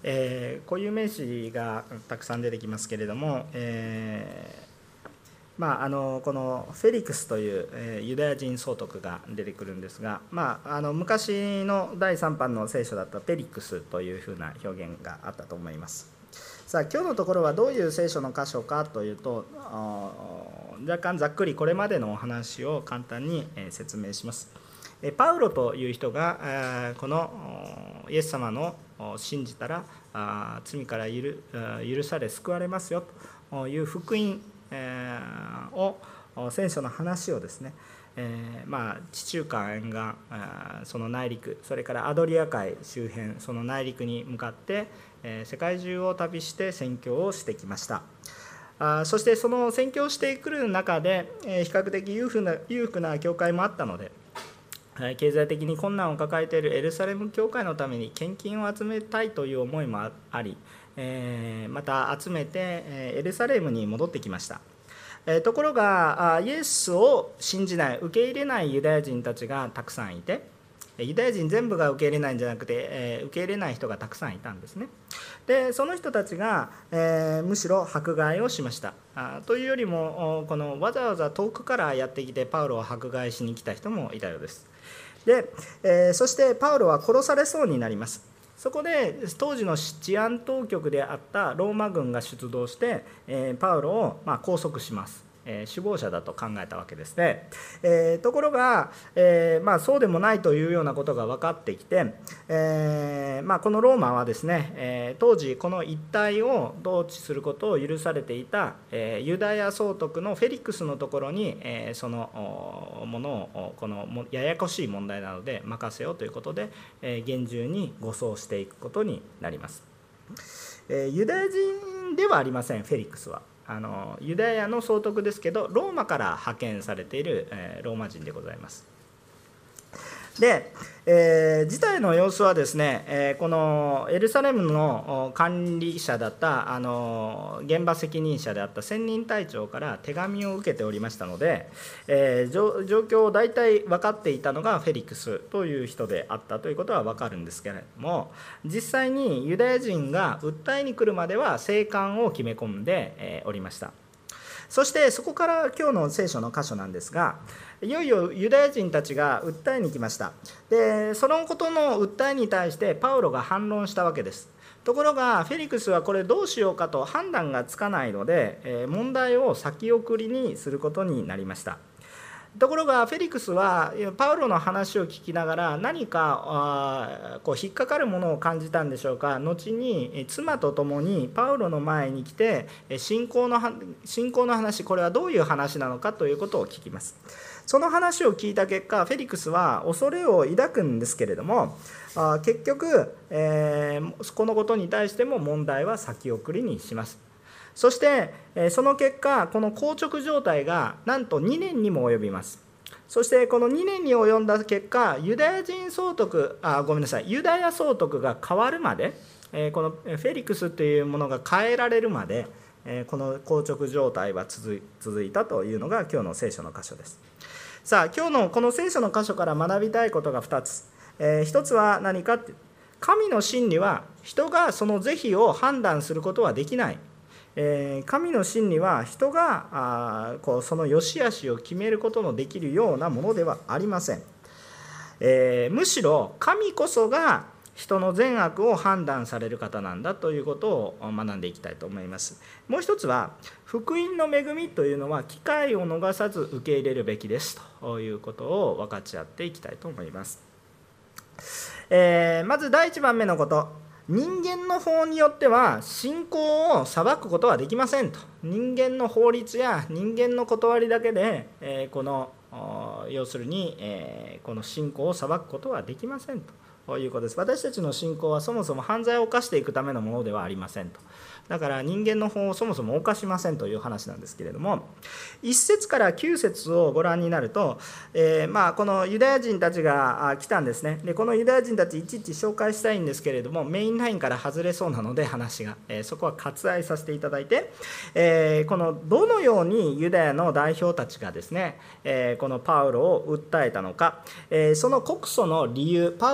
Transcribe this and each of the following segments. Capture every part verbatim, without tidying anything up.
えー、固有名詞がたくさん出てきますけれども、えーまあ、あのこのフェリクスという、えー、ユダヤ人総督が出てくるんですが、まあ、あの昔のだいさん版の聖書だったペリックスというふうな表現があったと思います。さあ今日のところはどういう聖書の箇所かというと、若干ざっくりこれまでのお話を簡単に説明します。パウロという人がこのイエス様の信じたら罪から許され救われますよという福音を聖書の話をですね、えー、まあ地中海沿岸その内陸、それからアドリア海周辺その内陸に向かって、えー、世界中を旅して宣教をしてきました。あそしてその宣教してくる中で、えー、比較的裕福な裕福な教会もあったので、経済的に困難を抱えているエルサレム教会のために献金を集めたいという思いもあり、また集めてエルサレムに戻ってきました。ところがイエスを信じない、受け入れないユダヤ人たちがたくさんいて、ユダヤ人全部が受け入れないんじゃなくて受け入れない人がたくさんいたんですね。でその人たちが、えー、むしろ迫害をしました。あというよりもこのわざわざ遠くからやってきてパウロを迫害しに来た人もいたようです。で、えー、そしてパウロは殺されそうになります。そこで当時の治安当局であったローマ軍が出動して、えー、パウロをまあ拘束します。えー、首謀者だと考えたわけですね。えー、ところが、えーまあ、そうでもないというようなことが分かってきて、えーまあ、このローマはですね、えー、当時この一帯を統治することを許されていた、えー、ユダヤ総督のフェリクスのところに、えー、そのものをこのややこしい問題なので任せようということで、えー、厳重に護送していくことになります。えー、ユダヤ人ではありません。フェリクスはあのユダヤの総督ですけど、ローマから派遣されている、えー、ローマ人でございます。で、えー、事態の様子はですね、えー、このエルサレムの管理者だったあの現場責任者であった専任隊長から手紙を受けておりましたので、えー、状, 状況を大体分かっていたのがフェリクスという人であったということは分かるんですけれども、実際にユダヤ人が訴えに来るまでは静観を決め込んでおりました。そしてそこから今日の聖書の箇所なんですが、いよいよユダヤ人たちが訴えに来ました。でそのことの訴えに対してパウロが反論したわけです。ところがフェリクスはこれどうしようかと判断がつかないので、問題を先送りにすることになりました。ところがフェリクスはパウロの話を聞きながら何かこう引っかかるものを感じたんでしょうか。後に妻と共にパウロの前に来て信仰の信仰の話、これはどういう話なのかということを聞きます。その話を聞いた結果、フェリクスは恐れを抱くんですけれども、結局、えー、このことに対しても問題は先送りにします。そしてその結果、この硬直状態がなんとにねんにも及びます。そしてこのにねんに及んだ結果、ユダヤ人総督あごめんなさいユダヤ総督が変わるまで、このフェリクスというものが変えられるまで、この硬直状態は続いたというのが今日の聖書の箇所です。さあ今日のこの聖書の箇所から学びたいことがふたつ。ひとつは何かって、神の真理は人がその是非を判断することはできない。神の真理は人がこうその良し悪しを決めることのできるようなものではありません。えー、むしろ神こそが人の善悪を判断される方なんだということを学んでいきたいと思います。もう一つは、福音の恵みというのは機会を逃さず受け入れるべきですということを分かち合っていきたいと思います。えー、まず第一番目のこと、人間の法によっては信仰を裁くことはできませんと。人間の法律や人間の断りだけで、えー、この要するに、えー、この信仰を裁くことはできませんということです。私たちの信仰はそもそも犯罪を犯していくためのものではありませんと。だから人間の法をそもそも犯しませんという話なんですけれども、いっ節からきゅう節をご覧になると、えー、まあこのユダヤ人たちが来たんですね。でこのユダヤ人たちいちいち紹介したいんですけれども、メインラインから外れそうなので話が、えー、そこは割愛させていただいて、えー、このどのようにユダヤの代表たちがですね、えー、このパウロを訴えたのか、えー、その告訴の理由、パウロ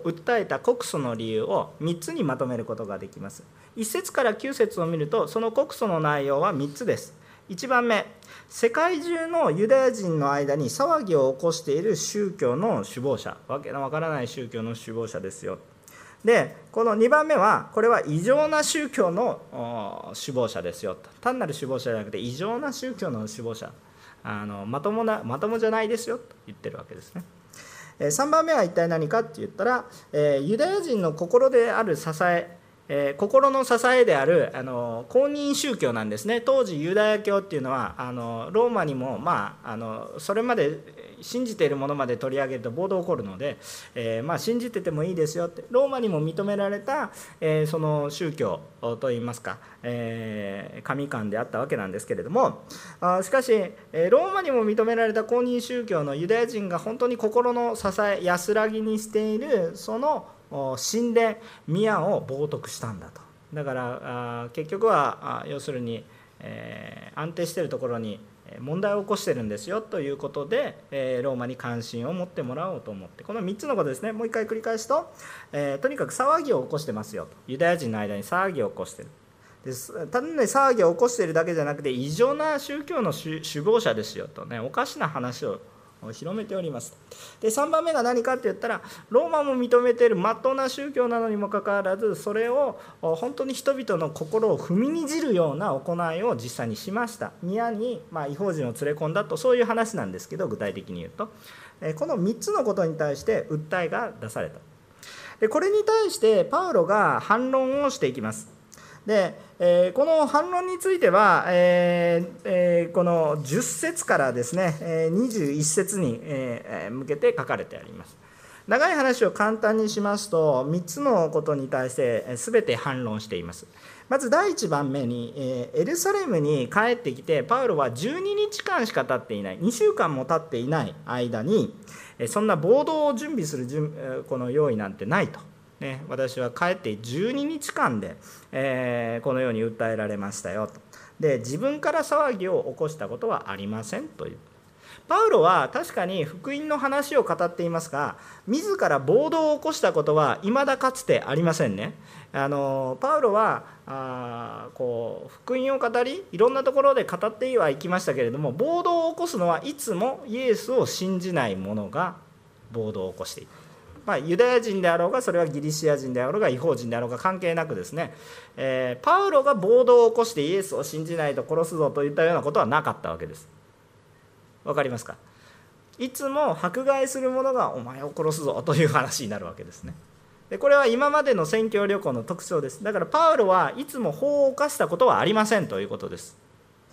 訴えた告訴の理由をみっつにまとめることができます。いっ節からきゅう節を見ると、その告訴の内容はみっつです。いちばんめ、世界中のユダヤ人の間に騒ぎを起こしている宗教の首謀者、わけのわからない宗教の首謀者ですよ。で、このにばんめは、これは異常な宗教の首謀者ですよ。単なる首謀者じゃなくて、異常な宗教の首謀者、あのまともな、まともじゃないですよと言ってるわけですね。さんばんめは一体何かって言ったら、ユダヤ人の心である支え、えー、心の支えであるあの公認宗教なんですね。当時ユダヤ教っていうのはあのローマにも、まあ、あのそれまで信じているものまで取り上げると暴動起こるので、えーまあ、信じててもいいですよって、ローマにも認められた、えー、その宗教といいますか、えー、神官であったわけなんですけれども、あしかしローマにも認められた公認宗教のユダヤ人が本当に心の支え安らぎにしているその神殿宮を冒涜したんだと。だから結局は要するに、えー、安定しているところに問題を起こしてるんですよということで、えー、ローマに関心を持ってもらおうと思って、このみっつのことですね。もう一回繰り返すと、えー、とにかく騒ぎを起こしてますよと。ユダヤ人の間に騒ぎを起こしてる。です単に騒ぎを起こしているだけじゃなくて、異常な宗教の首謀者ですよとね、おかしな話を広めております。でさんばんめが何かって言ったら、ローマも認めている真っ当な宗教なのにもかかわらず、それを本当に人々の心を踏みにじるような行いを実際にしました。宮にまあ違法人を連れ込んだと、そういう話なんですけど、具体的に言うとこのみっつのことに対して訴えが出された。でこれに対してパウロが反論をしていきます。でえー、この反論については、えーえー、このじゅっ節からですね、えー、にじゅういち節に、えー、向けて書かれてあります。長い話を簡単にしますと、みっつのことに対して全て反論しています。まずだいいちばんめに、えー、エルサレムに帰ってきて、パウロはじゅうににちかんしか経っていない、にしゅうかんも経っていない間に、そんな暴動を準備する準この用意なんてないと。ね、私は帰ってじゅうににちかんで、えー、このように訴えられましたよと。で自分から騒ぎを起こしたことはありませんという。パウロは確かに福音の話を語っていますが、自ら暴動を起こしたことは未だかつてありませんね。あのパウロはあこう福音を語り、いろんなところで語ってはいきましたけれども、暴動を起こすのはいつもイエスを信じない者が暴動を起こしている。まあ、ユダヤ人であろうが、それはギリシア人であろうが、違法人であろうが関係なくですね、えー、パウロが暴動を起こしてイエスを信じないと殺すぞといったようなことはなかったわけです。わかりますか？いつも迫害する者がお前を殺すぞという話になるわけですね。でこれは今までの宣教旅行の特徴です。だからパウロはいつも法を犯したことはありませんということです。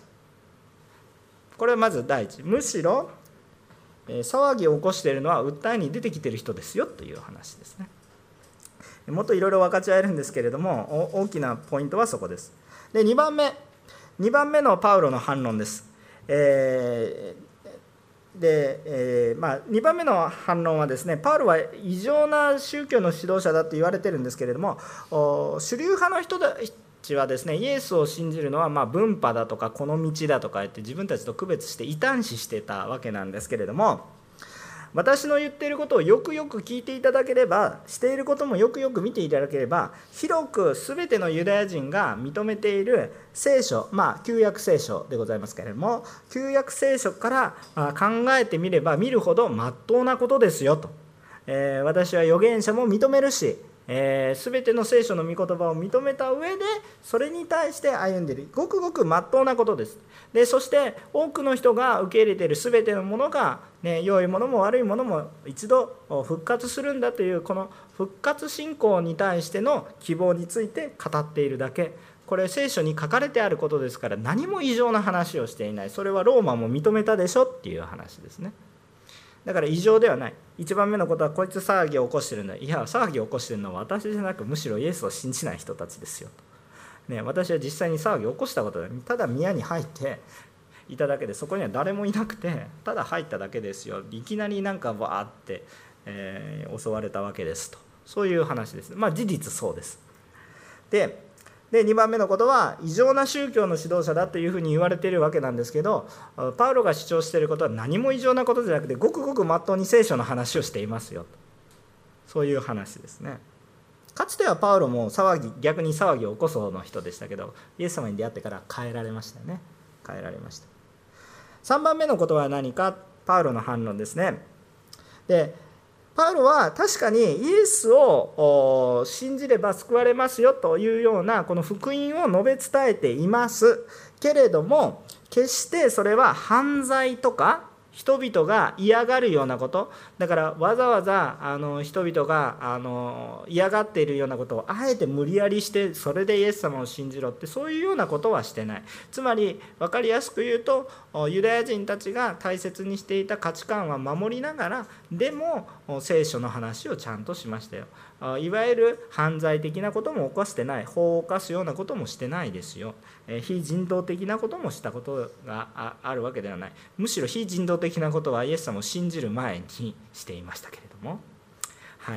これはまず第一。むしろ騒ぎを起こしているのは訴えに出てきている人ですよという話ですね。もっといろいろ分かち合えるんですけれども、大きなポイントはそこです。でにばんめにばんめのパウロの反論です。えー、で、えーまあ、にばんめの反論はですね、パウロは異常な宗教の指導者だと言われているんですけれども、主流派の人たちはですね、イエスを信じるのはまあ分派だとかこの道だとか言って自分たちと区別して異端視してたわけなんですけれども、私の言っていることをよくよく聞いていただければ、していることもよくよく見ていただければ、広く全てのユダヤ人が認めている聖書、まあ旧約聖書でございますけれども、旧約聖書から考えてみれば見るほど真っ当なことですよと、えー、私は預言者も認めるし、えー、全ての聖書の御言葉を認めた上で、それに対して歩んでいるごくごく真っ当なことです。でそして多くの人が受け入れている全てのものが、ね、良いものも悪いものも一度復活するんだという、この復活信仰に対しての希望について語っているだけ。これ聖書に書かれてあることですから、何も異常な話をしていない。それはローマも認めたでしょっていう話ですね。だから異常ではない。いちばんめのことは、こいつ騒ぎを起こしてるんだ。いや、騒ぎを起こしてるのは私じゃなく、むしろイエスを信じない人たちですよと、ね、私は実際に騒ぎを起こしたことで、ただ宮に入っていただけで、そこには誰もいなくて、ただ入っただけですよ。いきなりなんかバーって、えー、襲われたわけですと、そういう話です。まあ事実そうです。ででにばんめのことは、異常な宗教の指導者だというふうに言われているわけなんですけど、パウロが主張していることは何も異常なことじゃなくて、ごくごくまっとうに聖書の話をしていますよ。 そういう話ですね。かつてはパウロも騒ぎ逆に騒ぎを起こす方の人でしたけど、イエス様に出会ってから変えられましたよね。変えられました。さんばんめのことは何か、パウロの反論ですね。でパウロは確かにイエスを信じれば救われますよというようなこの福音を述べ伝えていますけれども、決してそれは犯罪とか人々が嫌がるようなこと、だからわざわざあの人々があの嫌がっているようなことをあえて無理やりしてそれでイエス様を信じろって、そういうようなことはしてない。つまり分かりやすく言うと、ユダヤ人たちが大切にしていた価値観は守りながら、でも聖書の話をちゃんとしましたよ。いわゆる犯罪的なことも犯してない、法を犯すようなこともしてないですよ。非人道的なこともしたことがあるわけではない。むしろ非人道的なことはイエス様を信じる前にしていましたけれども、はい、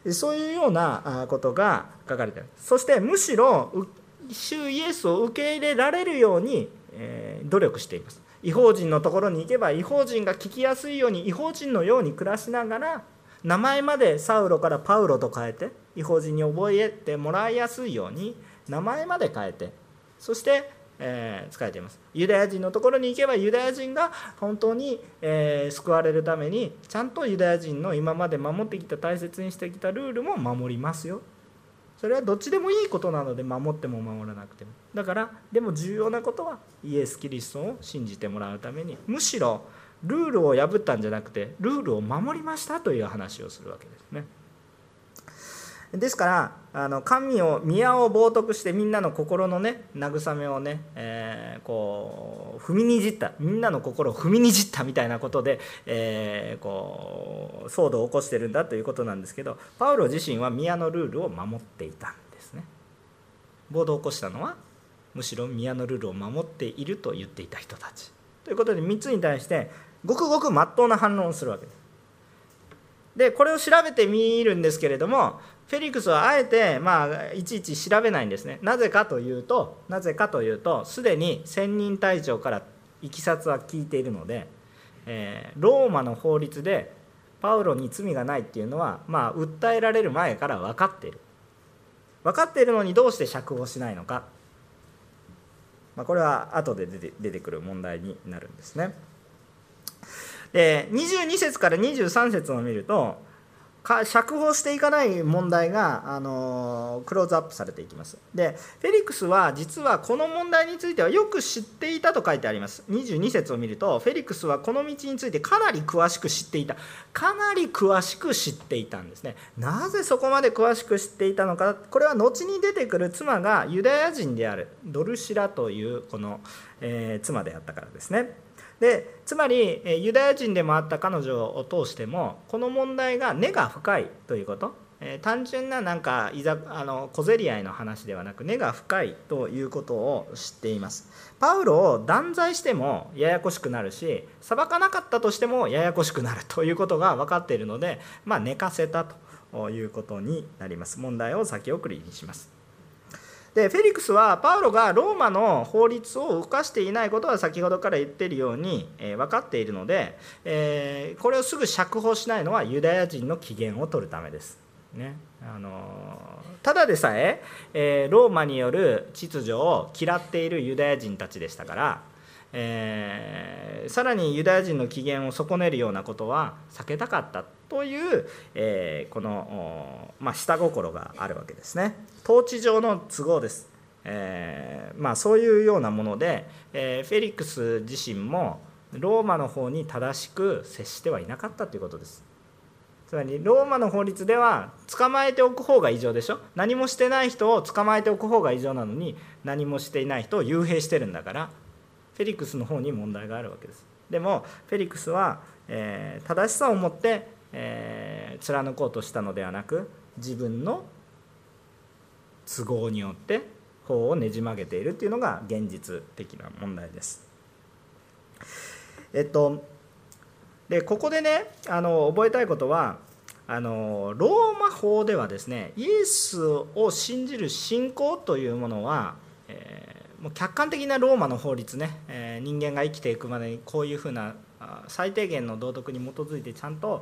そういうようなことが書かれている。そしてむしろ主イエスを受け入れられるように努力しています。異邦人のところに行けば異邦人が聞きやすいように異邦人のように暮らしながら、名前までサウロからパウロと変えて、異邦人に覚えてもらいやすいように名前まで変えて、そして、えー、使えています。ユダヤ人のところに行けばユダヤ人が本当に、えー、救われるためにちゃんとユダヤ人の今まで守ってきた大切にしてきたルールも守りますよ。それはどっちでもいいことなので、守っても守らなくても。だからでも重要なことはイエス・キリストを信じてもらうために、むしろルールを破ったんじゃなくてルールを守りましたという話をするわけですね。ですからあの神を宮を冒涜してみんなの心のね慰めをね、えー、こう踏みにじった、みんなの心を踏みにじったみたいなことで、えー、こう騒動を起こしてるんだということなんですけど、パウロ自身は宮のルールを守っていたんですね。暴動を起こしたのはむしろ宮のルールを守っていると言っていた人たちということで、みっつに対してごくごく真っ当な反論をするわけです。でこれを調べてみるんですけれども、フェリクスはあえて、まあ、いちいち調べないんですね。なぜかというとなぜかというとすでに千人隊長からいきさつは聞いているので、えー、ローマの法律でパウロに罪がないっていうのは、まあ、訴えられる前から分かっている分かっているのにどうして釈放しないのか、まあ、これは後で出て、出てくる問題になるんですね。でにじゅうに節からにじゅうさん節を見ると、釈放していかない問題があのクローズアップされていきます。でフェリクスは実はこの問題についてはよく知っていたと書いてあります。にじゅうに節を見ると、フェリクスはこの道についてかなり詳しく知っていたかなり詳しく知っていたんですね。なぜそこまで詳しく知っていたのか、これは後に出てくる妻がユダヤ人であるドルシラというこの、えー、妻であったからですね。でつまりユダヤ人でもあった彼女を通してもこの問題が根が深いということ、えー、単純ななんかいざあの小競り合いの話ではなく根が深いということを知っています。パウロを断罪してもややこしくなるし、裁かなかったとしてもややこしくなるということが分かっているので、まあ、寝かせたということになります。問題を先送りにします。でフェリクスはパウロがローマの法律を犯していないことは先ほどから言っているように、えー、分かっているので、えー、これをすぐ釈放しないのはユダヤ人の機嫌を取るためです、ね。あのー、ただでさええー、ローマによる秩序を嫌っているユダヤ人たちでしたから、えー、さらにユダヤ人の機嫌を損ねるようなことは避けたかったという、えー、この、まあ、下心があるわけですね。統治上の都合です。えーまあ、そういうようなもので、えー、フェリクス自身もローマの方に正しく接してはいなかったということです。つまりローマの法律では捕まえておく方が異常でしょ。何もしてない人を捕まえておく方が異常なのに、何もしていない人を幽閉してるんだから、フェリクスの方に問題があるわけです。でもフェリクスは、えー、正しさを持って、えー、貫こうとしたのではなく、自分の都合によって法をねじ曲げているというのが現実的な問題です。えっとでここでねあの覚えたいことは、あのローマ法ではですね、イエスを信じる信仰というものは、えー、もう客観的なローマの法律ね、えー、人間が生きていくまでにこういうふうな最低限の道徳に基づいてちゃんと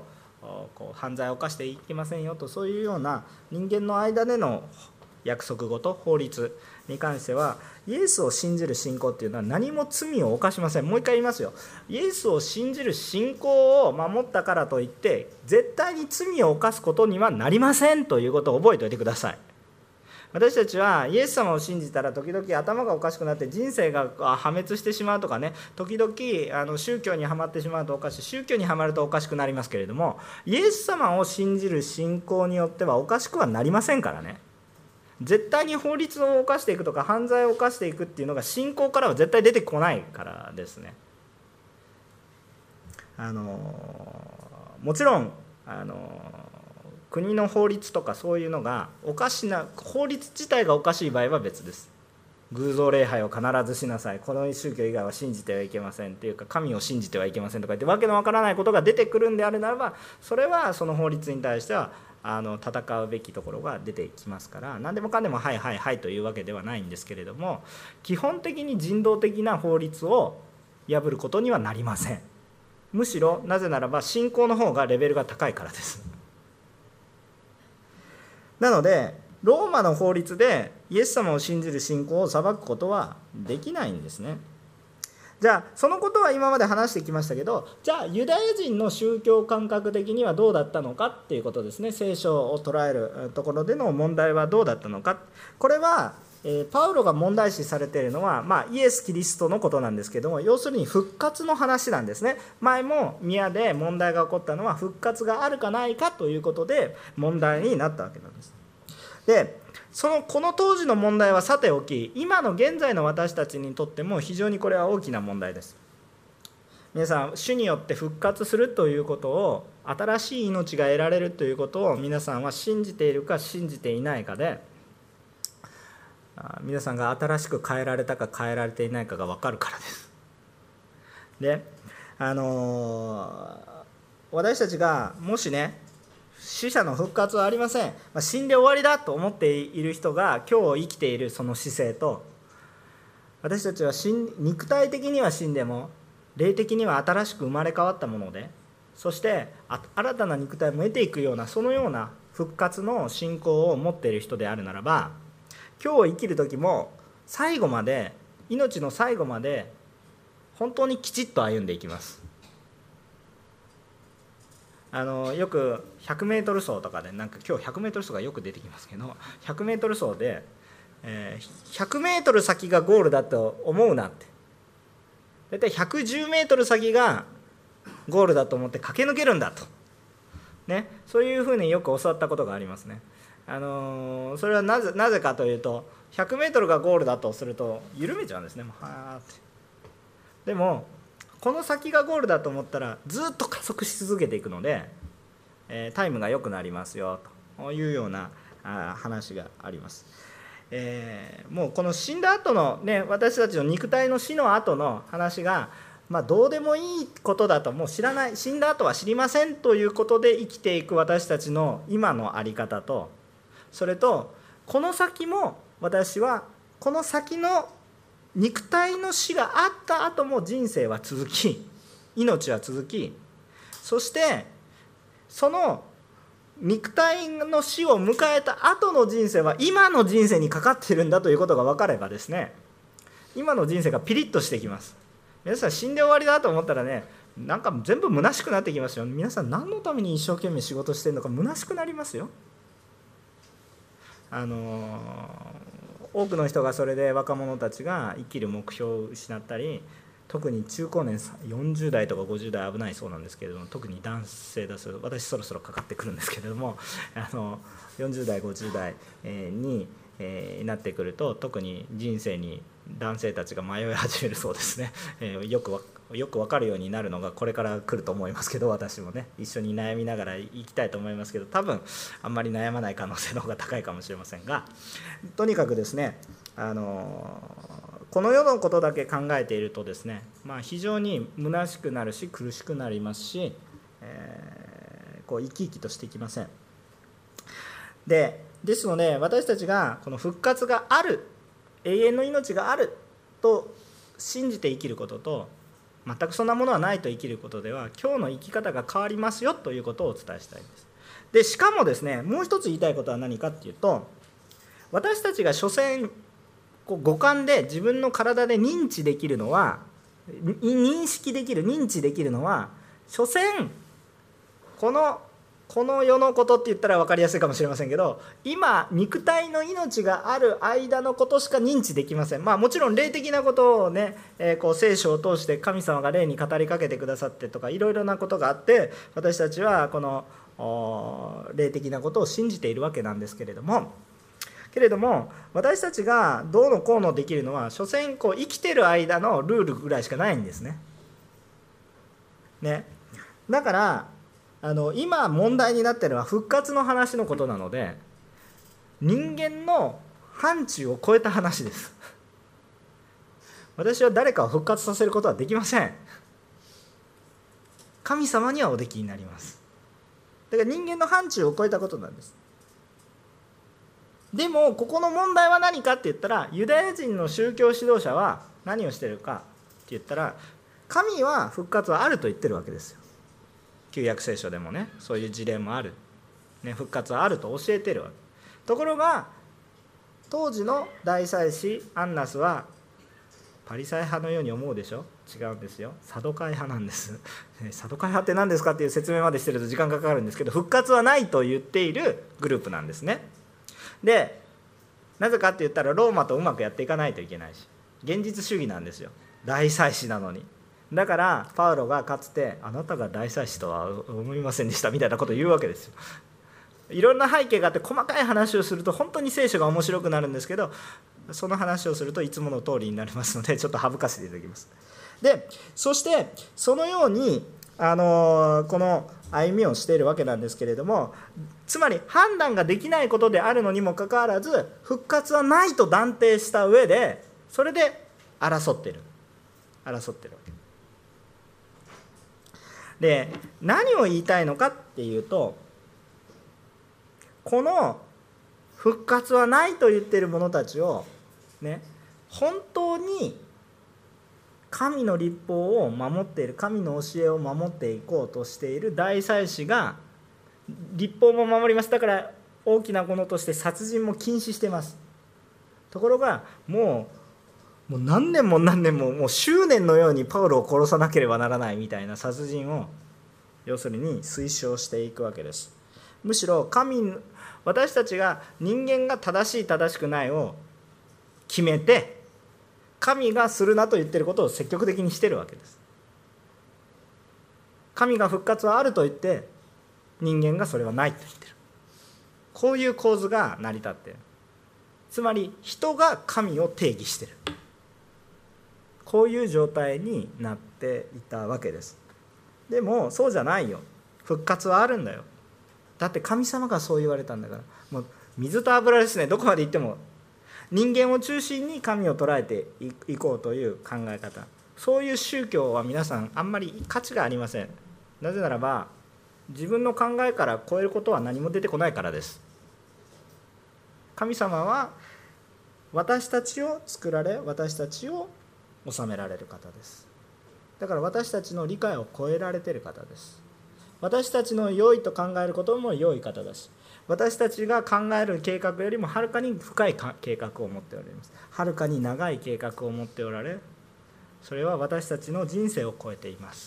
こう犯罪を犯していけませんよと、そういうような人間の間での約束事、法律に関しては、イエスを信じる信仰っていうのは何も罪を犯しません。もう一回言いますよ。イエスを信じる信仰を守ったからといって絶対に罪を犯すことにはなりませんということを覚えておいてください。私たちはイエス様を信じたら時々頭がおかしくなって人生が破滅してしまうとかね、時々あの宗教にはまってしまうとおかしい、宗教にはまるとおかしくなりますけれども、イエス様を信じる信仰によってはおかしくはなりませんからね。絶対に法律を犯していくとか犯罪を犯していくっていうのが信仰からは絶対出てこないからですね。あのもちろんあの国の法律とかそういうのがおかしな、法律自体がおかしい場合は別です。偶像礼拝を必ずしなさい、この宗教以外は信じてはいけませんっていうか、神を信じてはいけませんとか言ってわけのわからないことが出てくるんであるならば、それはその法律に対してはあの戦うべきところが出てきますから、何でもかんでもはいはいはいというわけではないんですけれども、基本的に人道的な法律を破ることにはなりません。むしろなぜならば信仰の方がレベルが高いからです。なのでローマの法律でイエス様を信じる信仰を裁くことはできないんですね。じゃあそのことは今まで話してきましたけど、じゃあユダヤ人の宗教感覚的にはどうだったのかっていうことですね。聖書を捉えるところでの問題はどうだったのか。これは、えー、パウロが問題視されているのは、まあ、イエス・キリストのことなんですけども、要するに復活の話なんですね。前も宮で問題が起こったのは復活があるかないかということで問題になったわけなんです。でそのこの当時の問題はさておき、今の現在の私たちにとっても非常にこれは大きな問題です。皆さん、主によって復活するということを、新しい命が得られるということを皆さんは信じているか信じていないかで、皆さんが新しく変えられたか変えられていないかが分かるからです。で、あのー、私たちがもしね、死者の復活はありません、まあ、死んで終わりだと思っている人が今日生きているその姿勢と、私たちは死ん肉体的には死んでも霊的には新しく生まれ変わったもので、そして新たな肉体も得ていくような、そのような復活の信仰を持っている人であるならば、今日生きる時も最後まで、命の最後まで本当にきちっと歩んでいきます。あのよくひゃくメートル走とかで、なんか今日ひゃくメートル走がよく出てきますけど、ひゃくメートル走で、えー、ひゃくメートル先がゴールだと思うなって、だいたいひゃくじゅうメートル先がゴールだと思って駆け抜けるんだと、ね、そういうふうによく教わったことがありますね。あのー、それはなぜ、なぜかというと、ひゃくメートルがゴールだとすると緩めちゃうんですね。もうはーって。でもこの先がゴールだと思ったらずっと加速し続けていくので、えー、タイムが良くなりますよというようなあ話があります。えー、もうこの死んだ後のね、私たちの肉体の死の後の話が、まあ、どうでもいいことだと、もう知らない、死んだ後は知りませんということで生きていく私たちの今の在り方と、それとこの先も私はこの先の肉体の死があった後も人生は続き、命は続き、そしてその肉体の死を迎えた後の人生は今の人生にかかっているんだということが分かればですね、今の人生がピリッとしてきます。皆さん、死んで終わりだと思ったらね、なんか全部虚しくなってきますよ。皆さん、何のために一生懸命仕事してるのか虚しくなりますよ。あのー多くの人がそれで、若者たちが生きる目標を失ったり、特に中高年よんじゅう代とかごじゅう代危ないそうなんですけれども、特に男性だそう、私そろそろかかってくるんですけれども、あのよんじゅう代ごじゅう代になってくると、特に人生に男性たちが迷い始めるそうですね。よくわよく分かるようになるのがこれから来ると思いますけど、私もね一緒に悩みながら生きたいと思いますけど、多分あんまり悩まない可能性の方が高いかもしれませんが、とにかくですね、あのこの世のことだけ考えているとですね、まあ、非常に虚しくなるし苦しくなりますし、えー、こう生き生きとしていきません。でですので、私たちがこの復活がある、永遠の命があると信じて生きることと、 全くそんなものはないと生きることでは今日の生き方が変わりますよということをお伝えしたいんです。でしかもですね、もう一つ言いたいことは何かっていうと、私たちが所詮こう五感で自分の体で認知できるのは、認識できる認知できるのは所詮このこの世のことって言ったら分かりやすいかもしれませんけど、今肉体の命がある間のことしか認知できません。まあもちろん霊的なことをね、えー、こう聖書を通して神様が霊に語りかけてくださってとかいろいろなことがあって、私たちはこの霊的なことを信じているわけなんですけれども、けれども私たちがどうのこうのできるのは所詮こう生きてる間のルールぐらいしかないんですね。ね、だからあの今問題になっているのは復活の話のことなので、人間の範疇を超えた話です。私は誰かを復活させることはできません。神様にはおできになります。だから人間の範疇を超えたことなんです。でもここの問題は何かって言ったら、ユダヤ人の宗教指導者は何をしてるかって言ったら、神は復活はあると言ってるわけですよ。旧約聖書でもね、そういう事例もある、ね、復活はあると教えてるわけ。ところが当時の大祭司アンナスはパリサイ派のように思うでしょ。違うんですよ、サドカイ派なんです。サドカイ派って何ですかっていう説明までしてると時間がかかるんですけど、復活はないと言っているグループなんですね。でなぜかって言ったらローマとうまくやっていかないといけないし、現実主義なんですよ、大祭司なのに。だからパウロがかつてあなたが大祭司とは思いませんでしたみたいなことを言うわけですよ。いろんな背景があって細かい話をすると本当に聖書が面白くなるんですけど、その話をするといつもの通りになりますのでちょっと省かせていただきます。でそしてそのようにあのこの歩みをしているわけなんですけれども、つまり判断ができないことであるのにもかかわらず復活はないと断定した上で、それで争っている争っているわけで、何を言いたいのかっていうと、この復活はないと言っている者たちをね、本当に神の律法を守っている、神の教えを守っていこうとしている大祭司が律法も守ります。だから大きなものとして殺人も禁止しています。ところがもうもう何年も何年ももう執念のようにパウロを殺さなければならないみたいな殺人を要するに推奨していくわけです。むしろ神私たちが人間が正しい正しくないを決めて、神がするなと言っていることを積極的にしているわけです。神が復活はあると言って人間がそれはないと言っている。こういう構図が成り立っている。つまり人が神を定義している、こういう状態になっていたわけです。でもそうじゃないよ、復活はあるんだよ。だって神様がそう言われたんだから。もう水と油ですね。どこまで行っても人間を中心に神を捉えていこうという考え方、そういう宗教は皆さんあんまり価値がありません。なぜならば自分の考えから超えることは何も出てこないからです。神様は私たちを作られ、私たちを治められる方です。だから私たちの理解を超えられている方です。私たちの良いと考えることも良い方だし、私たちが考える計画よりもはるかに深い計画を持っておられます。はるかに長い計画を持っておられ、それは私たちの人生を超えています。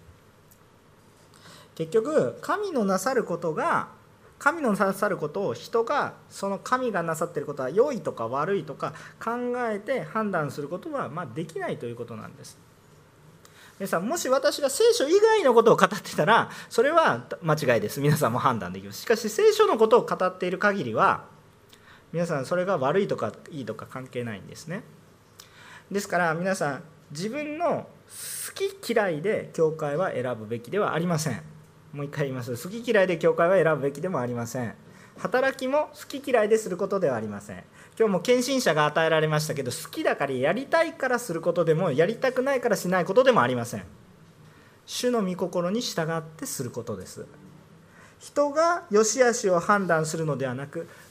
結局神のなさることが神のなさることを人がその神がなさっていることは良いとか悪いとか考えて判断することはまあできないということなんです。皆さん、もし私が聖書以外のことを語ってたらそれは間違いです。皆さんも判断できます。しかし聖書のことを語っている限りは皆さんそれが悪いとかいいとか関係ないんですね。ですから皆さん、自分の好き嫌いで教会は選ぶべきではありません。もう一回言います。好き嫌いで教会は選ぶべきでもありません。働きも好き嫌いですることではありません。今日も献身者が与えられましたけど、好きだからやりたいからすることでもやりたくないからしないことでもありません。主の御心に従ってすることです。人が良し悪しを判断するのではなく、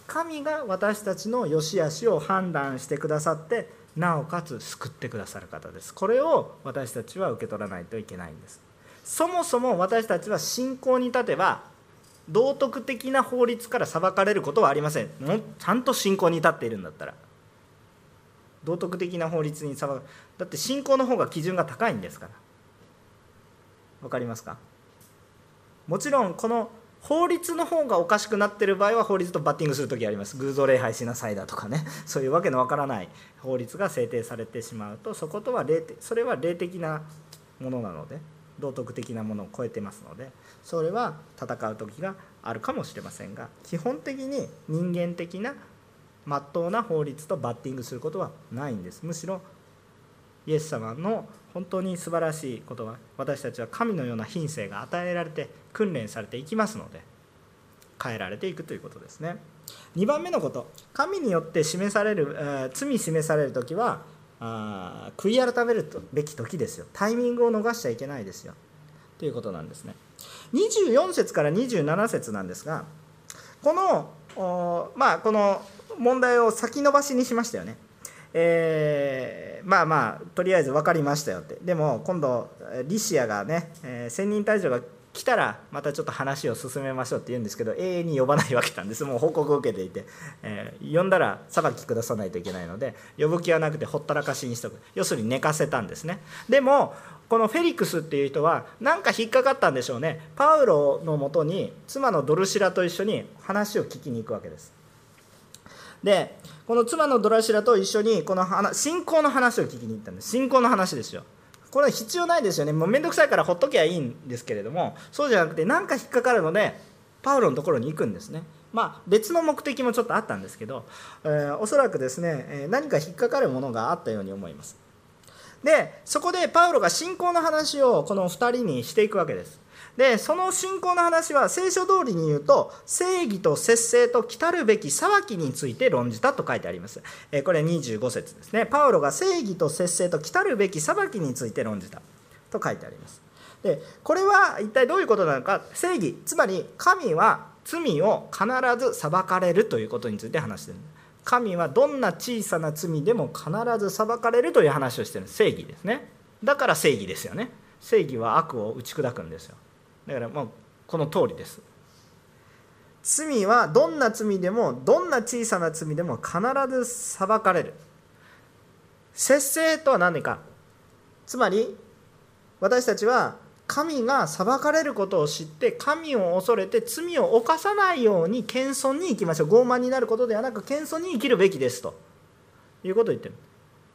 神が私たちの良し悪しを判断してくださって、なおかつ救ってくださる方です。これを私たちは受け取らないといけないんです。そもそも私たちは信仰に立てば道徳的な法律から裁かれることはありません。もうちゃんと信仰に立っているんだったら道徳的な法律に裁かだって信仰の方が基準が高いんですから。わかりますか？もちろんこの法律の方がおかしくなっている場合は法律とバッティングするときあります。偶像礼拝しなさいだとかね、そういうわけのわからない法律が制定されてしまうと、そことは霊的、それは霊的なものなので、道徳的なものを超えてますので、それは戦う時があるかもしれませんが、基本的に人間的な真っ当な法律とバッティングすることはないんです。むしろイエス様の本当に素晴らしいことは、私たちは神のような品性が与えられて訓練されていきますので、変えられていくということですね。にばんめのこと、神によって示される、えー、罪示されるときはあ悔い改めるべき時ですよ。タイミングを逃しちゃいけないですよということなんですね。にじゅうよん節からにじゅうなな節なんですが、このまあこの問題を先延ばしにしましたよね。えー、まあまあとりあえず分かりましたよって。でも今度リシアがね、えー、せんにん隊長が来たらまたちょっと話を進めましょうって言うんですけど、永遠に呼ばないわけなんです。もう報告を受けていて、えー、呼んだら裁き下さないといけないので、呼ぶ気はなくてほったらかしにしとく。要するに寝かせたんですね。でもこのフェリクスっていう人は何か引っかかったんでしょうね。パウロのもとに妻のドルシラと一緒に話を聞きに行くわけです。でこの妻のドラシラと一緒にこの信仰の話を聞きに行ったんです。信仰の話ですよ。これは必要ないですよね。もうめんどくさいからほっときゃいいんですけれども、そうじゃなくて何か引っかかるのでパウロのところに行くんですね。まあ別の目的もちょっとあったんですけど、えー、おそらくですね何か引っかかるものがあったように思います。でそこでパウロが信仰の話をこのふたりにしていくわけです。でその信仰の話は聖書通りに言うと、正義と節制と来たるべき裁きについて論じたと書いてあります。これにじゅうご節ですね。パウロが正義と節制と来たるべき裁きについて論じたと書いてあります。でこれは一体どういうことなのか。正義、つまり神は罪を必ず裁かれるということについて話している。神はどんな小さな罪でも必ず裁かれるという話をしている。正義ですね。だから正義ですよね。正義は悪を打ち砕くんですよ。だからもうこの通りです。罪はどんな罪でもどんな小さな罪でも必ず裁かれる。節制とは何か。つまり私たちは神が裁かれることを知って神を恐れて罪を犯さないように謙遜に生きましょう。傲慢になることではなく謙遜に生きるべきですということを言っている。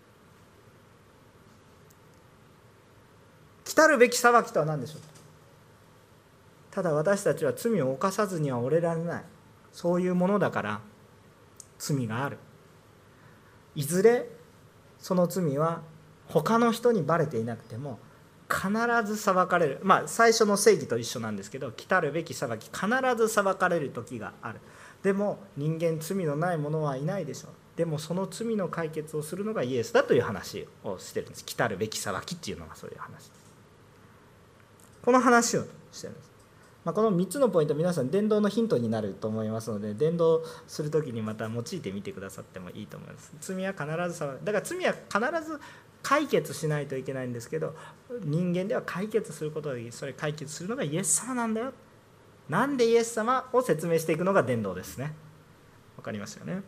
来たるべき裁きとは何でしょう。ただ私たちは罪を犯さずには折れられない。そういうものだから罪がある。いずれその罪は他の人にバレていなくても必ず裁かれる。まあ最初の正義と一緒なんですけど、来たるべき裁き、必ず裁かれる時がある。でも人間罪のない者はいないでしょう。でもその罪の解決をするのがイエスだという話をしてるんです。来たるべき裁きっていうのがそういう話です。この話をしてるんです。まあ、このみっつのポイント、皆さん伝道のヒントになると思いますので、伝道するときにまた用いてみてくださってもいいと思います。罪は必ず裁く。だから罪は必ず解決しないといけないんですけど、人間では解決することができる。それ解決するのがイエス様なんだよ。なんでイエス様を説明していくのが伝道ですね。わかりますよね。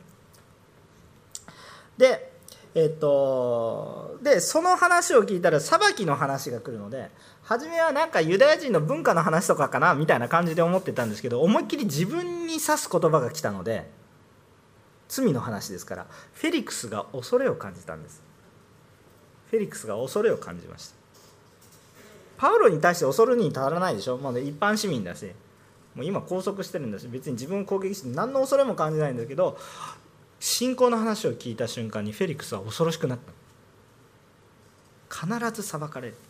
で、えっと、でその話を聞いたら裁きの話が来るので、初めはなんかユダヤ人の文化の話とかかなみたいな感じで思ってたんですけど、思いっきり自分に指す言葉が来たので、罪の話ですからフェリクスが恐れを感じたんです。フェリクスが恐れを感じました。パウロに対して恐れに足らないでしょ。まあ、一般市民だし、もう今拘束してるんだし、別に自分を攻撃して何の恐れも感じないんだけど、信仰の話を聞いた瞬間にフェリクスは恐ろしくなった。必ず裁かれる。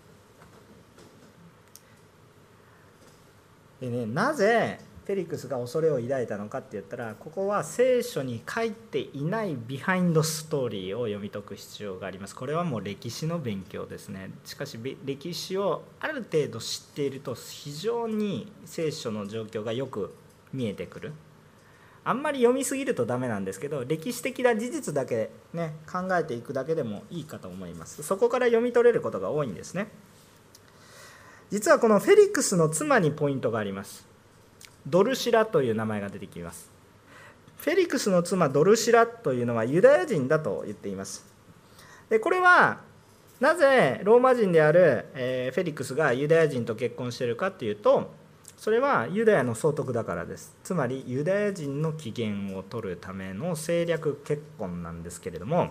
でね、なぜフェリクスが恐れを抱いたのかって言ったら、ここは聖書に書いていないビハインドストーリーを読み解く必要があります。これはもう歴史の勉強ですね。しかし歴史をある程度知っていると非常に聖書の状況がよく見えてくる。 あんまり読みすぎるとダメなんですけど、歴史的な事実だけね考えていくだけでもいいかと思います。そこから読み取れることが多いんですね。実はこのフェリクスの妻にポイントがあります。ドルシラという名前が出てきます。フェリクスの妻ドルシラというのはユダヤ人だと言っています。でこれはなぜローマ人であるフェリクスがユダヤ人と結婚しているかというと、それはユダヤの総督だからです。つまりユダヤ人の起源を取るための政略結婚なんですけれども、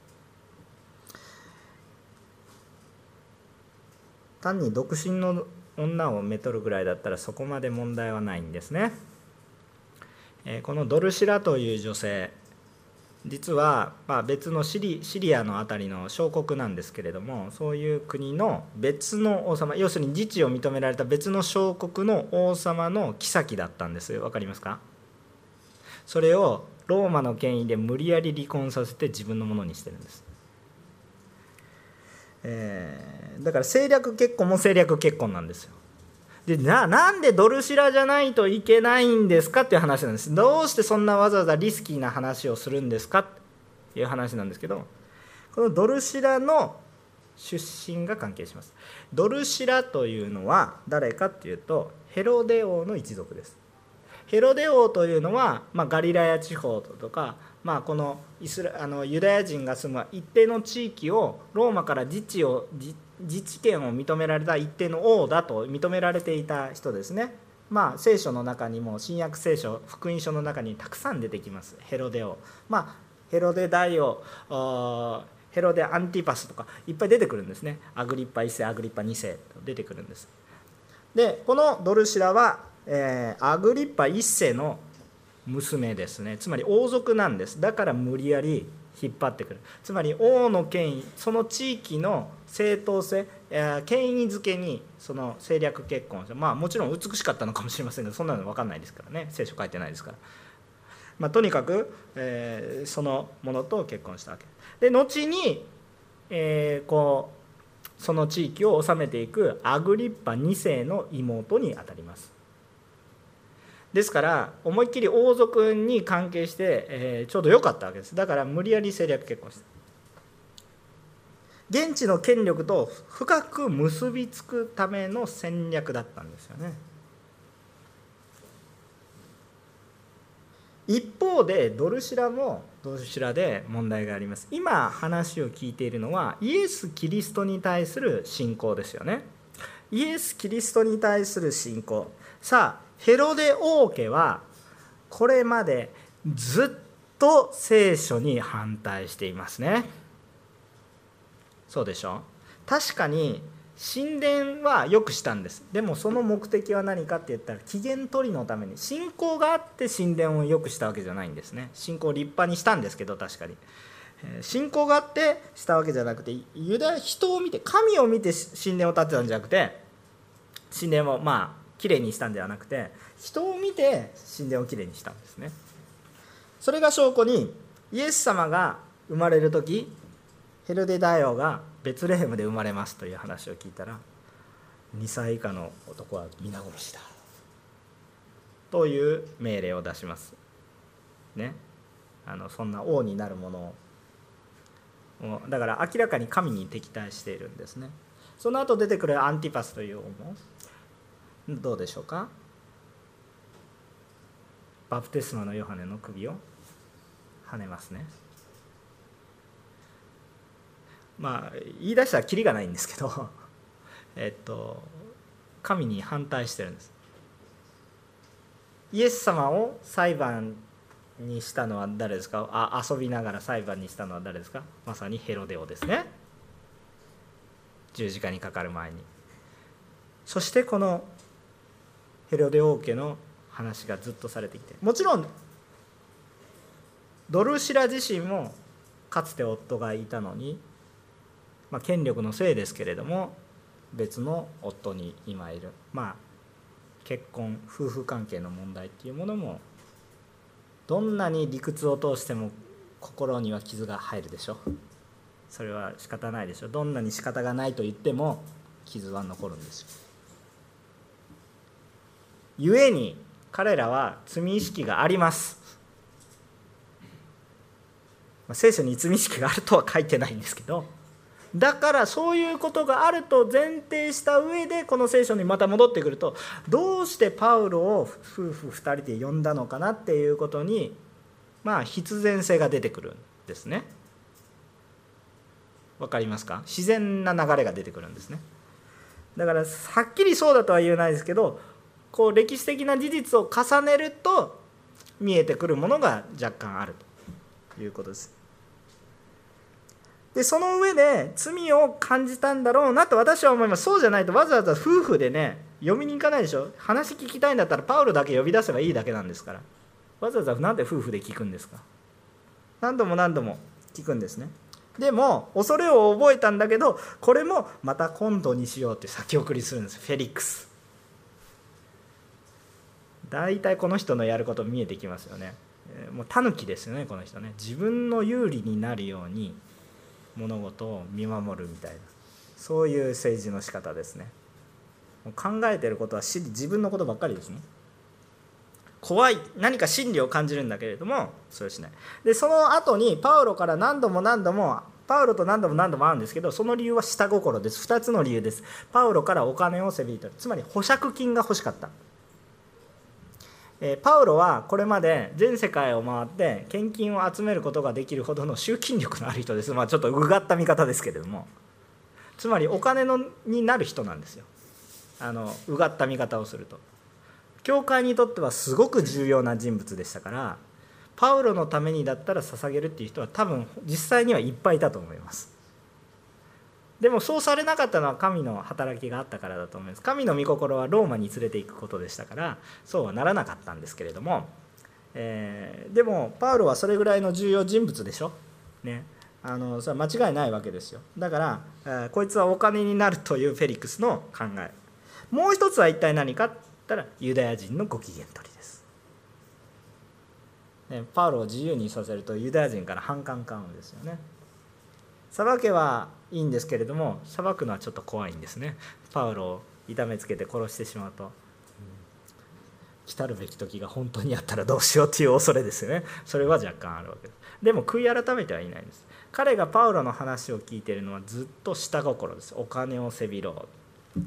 単に独身の女をめとるぐらいだったらそこまで問題はないんですね。このドルシラという女性、実はまあ別のシリ、シリアのあたりの小国なんですけれども、そういう国の別の王様、要するに自治を認められた別の小国の王様の后だったんですよ。わかりますか？それをローマの権威で無理やり離婚させて自分のものにしてるんです。えー、だから政略結婚も政略結婚なんですよ。で な, なんでドルシラじゃないといけないんですかっていう話なんです。どうしてそんなわざわざリスキーな話をするんですかっていう話なんですけど、このドルシラの出身が関係します。ドルシラというのは誰かっていうと、ヘロデ王の一族です。ヘロデ王というのは、まあ、ガリラヤ地方とか、まあ、このイスラあのユダヤ人が住む一定の地域をローマから自治を自自治権を認められた一定の王だと認められていた人ですね。まあ聖書の中にも、新約聖書福音書の中にたくさん出てきます。ヘロデ王、まあ、ヘロデ大王、ヘロデアンティパスとかいっぱい出てくるんですね。アグリッパいっせい、アグリッパにせいと出てくるんです。でこのドルシラは、えー、アグリッパいっせいの娘ですね。つまり王族なんです。だから無理やり引っ張ってくる。つまり王の権威、その地域の正当性、権威づけにその政略結婚をして、まあもちろん美しかったのかもしれませんけど、そんなの分かんないですからね、聖書書いてないですから、まあ、とにかく、えー、そのものと結婚したわけで、後に、えー、こうその地域を治めていくアグリッパにせいの妹にあたります。ですから思いっきり王族に関係して、えー、ちょうど良かったわけです。だから無理やり政略結婚した。現地の権力と深く結びつくための戦略だったんですよね。一方でドルシラもドルシラで問題があります。今話を聞いているのはイエス・キリストに対する信仰ですよね。イエス・キリストに対する信仰。さあヘロデ王家はこれまでずっと聖書に反対していますね。そうでしょ。確かに神殿はよくしたんです。でもその目的は何かって言ったら起源取りのために、信仰があって神殿をよくしたわけじゃないんですね。信仰を立派にしたんですけど、確かに信仰があってしたわけじゃなくて、ユダヤ人を見て、神を見て神殿を建てたんじゃなくて、神殿をまあきれいにしたんではなくて、人を見て神殿をきれいにしたんですね。それが証拠にイエス様が生まれる時、ヘロデ大王がベツレヘムで生まれますという話を聞いたら、にさい以下の男は皆殺しだという命令を出しますね。あのそんな王になるものを、だから明らかに神に敵対しているんですね。その後出てくるアンティパスという王もどうでしょうか。バプテスマのヨハネの首をはねますね。まあ言い出したらキリがないんですけどえっと神に反対してるんです。イエス様を裁判にしたのは誰ですか。あ遊びながら裁判にしたのは誰ですか。まさにヘロデ王ですね。十字架にかかる前に。そしてこのヘロデ王家の話がずっとされてきて、もちろんドルシラ自身もかつて夫がいたのに、まあ、権力のせいですけれども別の夫に今いる、まあ結婚夫婦関係の問題っていうものも、どんなに理屈を通しても心には傷が入るでしょ。それは仕方ないでしょ。どんなに仕方がないと言っても傷は残るんですよ。故に彼らは罪意識があります。 聖書に罪意識があるとは書いてないんですけど、だからそういうことがあると前提した上でこの聖書にまた戻ってくると、どうしてパウロを夫婦ふたりで呼んだのかなっていうことにまあ必然性が出てくるんですね。わかりますか？自然な流れが出てくるんですね。だからはっきりそうだとは言えないですけど、こう歴史的な事実を重ねると見えてくるものが若干あるということです。でその上で罪を感じたんだろうなと私は思います。そうじゃないとわざわざ夫婦でね呼びに行かないでしょ。話聞きたいんだったらパウロだけ呼び出せばいいだけなんですから、わざわざなんで夫婦で聞くんですか。何度も何度も聞くんですね。でも恐れを覚えたんだけど、これもまた今度にしようって先送りするんです。フェリックス、大体この人のやること見えてきますよね。もうタヌキですよねこの人ね。自分の有利になるように物事を見守るみたいな、そういう政治の仕方ですね。考えてることは自分のことばっかりですね。怖い、何か真理を感じるんだけれどもそれをしない。でその後にパウロから何度も何度もパウロと何度も何度も会うんですけど、その理由は下心です。ふたつの理由です。パウロからお金をせびり取る、つまり保釈金が欲しかった。パウロはこれまで全世界を回って献金を集めることができるほどの集金力のある人です。まあちょっとうがった見方ですけれども、つまりお金のになる人なんですよ。あのうがった見方をすると教会にとってはすごく重要な人物でしたから、パウロのためにだったら捧げるっていう人は多分実際にはいっぱいいたと思います。でもそうされなかったのは神の働きがあったからだと思います。神の御心はローマに連れていくことでしたからそうはならなかったんですけれども、えー、でもパウロはそれぐらいの重要人物でしょ、ね、あのそれは間違いないわけですよ。だから、えー、こいつはお金になるというフェリックスの考え。もう一つは一体何かって言ったらユダヤ人のご機嫌取りです、ね、パウロを自由にさせるとユダヤ人から反感買うんですよね。裁けはいいんですけれども裁くのはちょっと怖いんですね。パウロを痛めつけて殺してしまうと、うん、来たるべき時が本当にあったらどうしようっていう恐れですよね。それは若干あるわけです。でも悔い改めてはいないんです。彼がパウロの話を聞いているのはずっと下心です。お金をせびろう。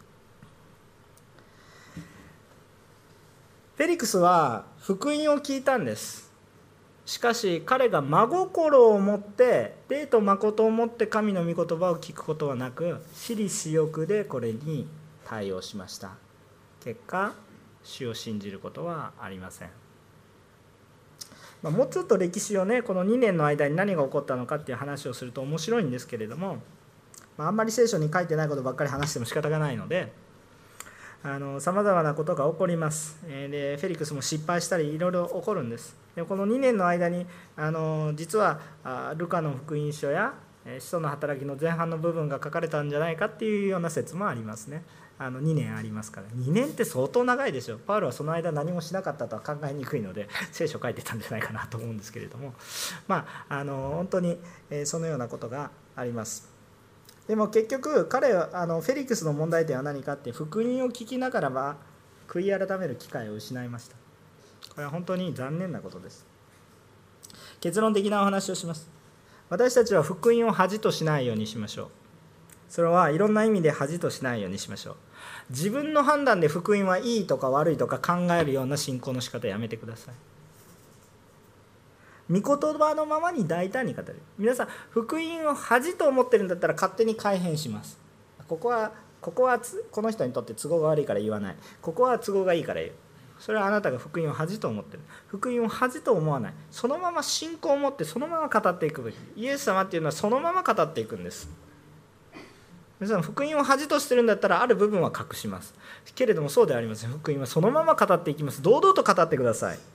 フェリクスは福音を聞いたんです。しかし彼が真心を持って霊と誠を持って神の御言葉を聞くことはなく、私利私欲でこれに対応しました。結果主を信じることはありません。まあ、もうちょっと歴史をねこのにねんの間に何が起こったのかっていう話をすると面白いんですけれども、まあ、あんまり聖書に書いてないことばっかり話しても仕方がないのでさまざまなことが起こります。でフェリクスも失敗したりいろいろ起こるんです。でこのにねんの間にあの実はルカの福音書や使徒の働きの前半の部分が書かれたんじゃないかっていうような説もありますね。あのにねんありますから、にねんって相当長いでしょ。パウロはその間何もしなかったとは考えにくいので聖書書いてたんじゃないかなと思うんですけれども、まああの本当にそのようなことがあります。でも結局彼はあのフェリクスの問題点は何かって福音を聞きながらは悔い改める機会を失いました。これは本当に残念なことです。結論的なお話をします。私たちは福音を恥としないようにしましょう。それはいろんな意味で恥としないようにしましょう。自分の判断で福音はいいとか悪いとか考えるような信仰の仕方やめてください。御言葉のままに大胆に語る。皆さん福音を恥と思ってるんだったら勝手に改変します。ここはここはこの人にとって都合が悪いから言わない、ここは都合がいいから言う。それはあなたが福音を恥と思ってる。福音を恥と思わない。そのまま信仰を持ってそのまま語っていくべき。イエス様っていうのはそのまま語っていくんです。皆さん福音を恥としてるんだったらある部分は隠しますけれども、そうではありません。福音はそのまま語っていきます。堂々と語ってください。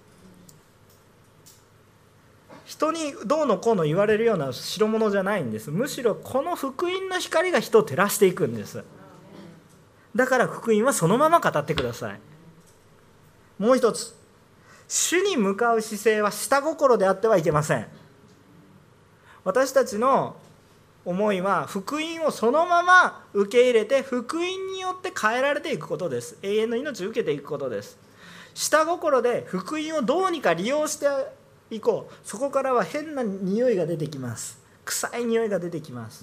人にどうのこうの言われるような代物じゃないんです。むしろこの福音の光が人を照らしていくんです。だから福音はそのまま語ってください。もう一つ、主に向かう姿勢は下心であってはいけません。私たちの思いは福音をそのまま受け入れて福音によって変えられていくことです。永遠の命を受けていくことです。下心で福音をどうにか利用して以降、そこからは変な匂いが出てきます。臭い匂いが出てきます。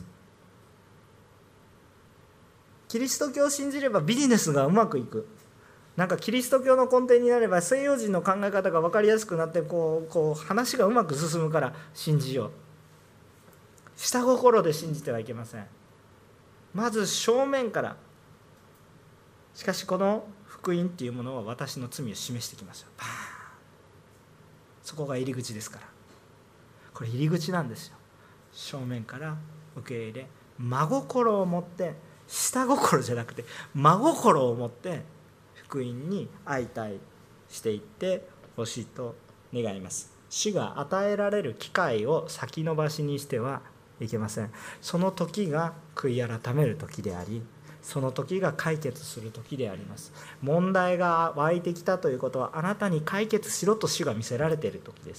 キリスト教を信じればビジネスがうまくいく。なんかキリスト教の根底になれば西洋人の考え方が分かりやすくなって、こうこう話がうまく進むから信じよう。下心で信じてはいけません。まず正面から。しかしこの福音っていうものは私の罪を示してきますよ。パーン。そこが入り口ですから。これ入り口なんですよ。正面から受け入れ、真心を持って、下心じゃなくて真心を持って福音に相対していってほしいと願います。主が与えられる機会を先延ばしにしてはいけません。その時が悔い改める時であり、その時が解決する時であります。問題が湧いてきたということは、あなたに解決しろと主が見せられている時です。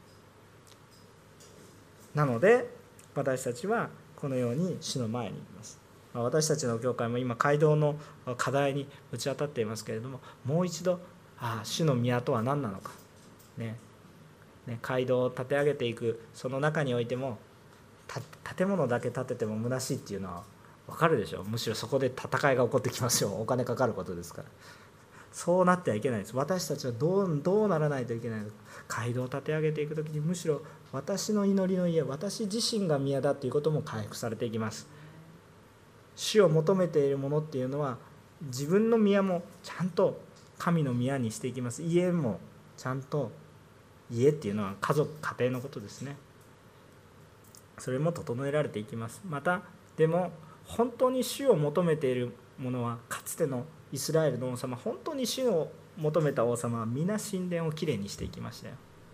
なので私たちはこのように主の前にいます。私たちの教会も今街道の課題に打ち当たっていますけれども、もう一度、ああ主の宮とは何なのか、ねね、街道を建て上げていく、その中においても建物だけ建てても虚しいっていうのは分かるでしょう。むしろそこで戦いが起こってきますよ。お金かかることですから。そうなってはいけないです。私たちはどう、どうならないといけないのか。街道を建て上げていくときに、むしろ私の祈りの家、私自身が宮だということも回復されていきます。主を求めているものっていうのは、自分の宮もちゃんと神の宮にしていきます。家もちゃんと、家っていうのは家族、家庭のことですね。それも整えられていきます。またでも本当に主を求めているものは、かつてのイスラエルの王様、本当に主を求めた王様は皆神殿をきれいにしていきましたよ。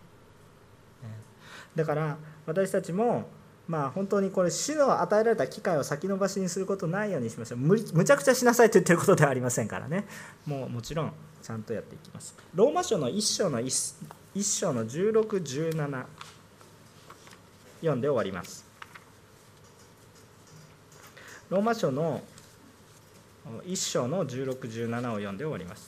だから私たちもまあ本当にこれ主の与えられた機会を先延ばしにすることないようにしましょう。むむちゃくちゃしなさいと言ってることではありませんからね。もうもちろんちゃんとやっていきます。ローマ書のいっ章の一章のじゅうろく、じゅうなな読んで終わります。ローマ書のいっ章のじゅうろく、じゅうななを読んで終わります。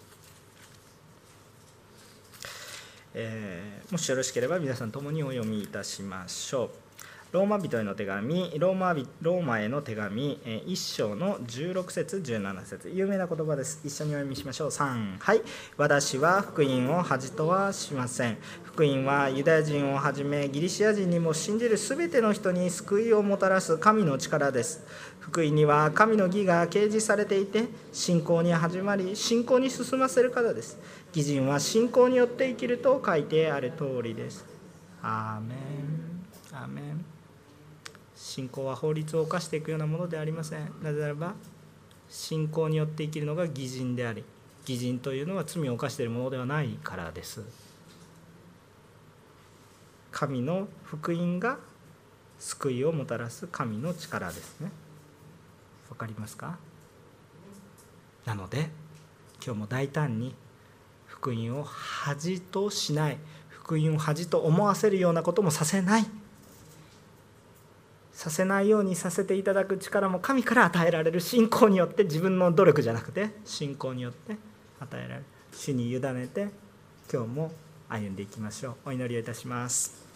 えー、もしよろしければ皆さん共にお読みいたしましょう。ローマ人への手紙、ローマローマへの手紙いっ章のじゅうろく節、じゅうなな節、有名な言葉です。一緒にお読みしましょう。さん、はい。私は福音を恥とはしません。福音はユダヤ人をはじめギリシア人にも信じるすべての人に救いをもたらす神の力です。福音には神の義が掲示されていて、信仰に始まり信仰に進ませるからです。義人は信仰によって生きると書いてある通りです。アーメン、アーメン。信仰は法律を犯していくようなものではありません。なぜならば信仰によって生きるのが義人であり、義人というのは罪を犯しているものではないからです。神の福音が救いをもたらす神の力ですね。わかりますか？なので今日も大胆に福音を恥としない、福音を恥と思わせるようなこともさせない、させないようにさせていただく力も神から与えられる。信仰によって、自分の努力じゃなくて信仰によって与えられる。主に委ねて今日も歩んでいきましょう。お祈りをいたします。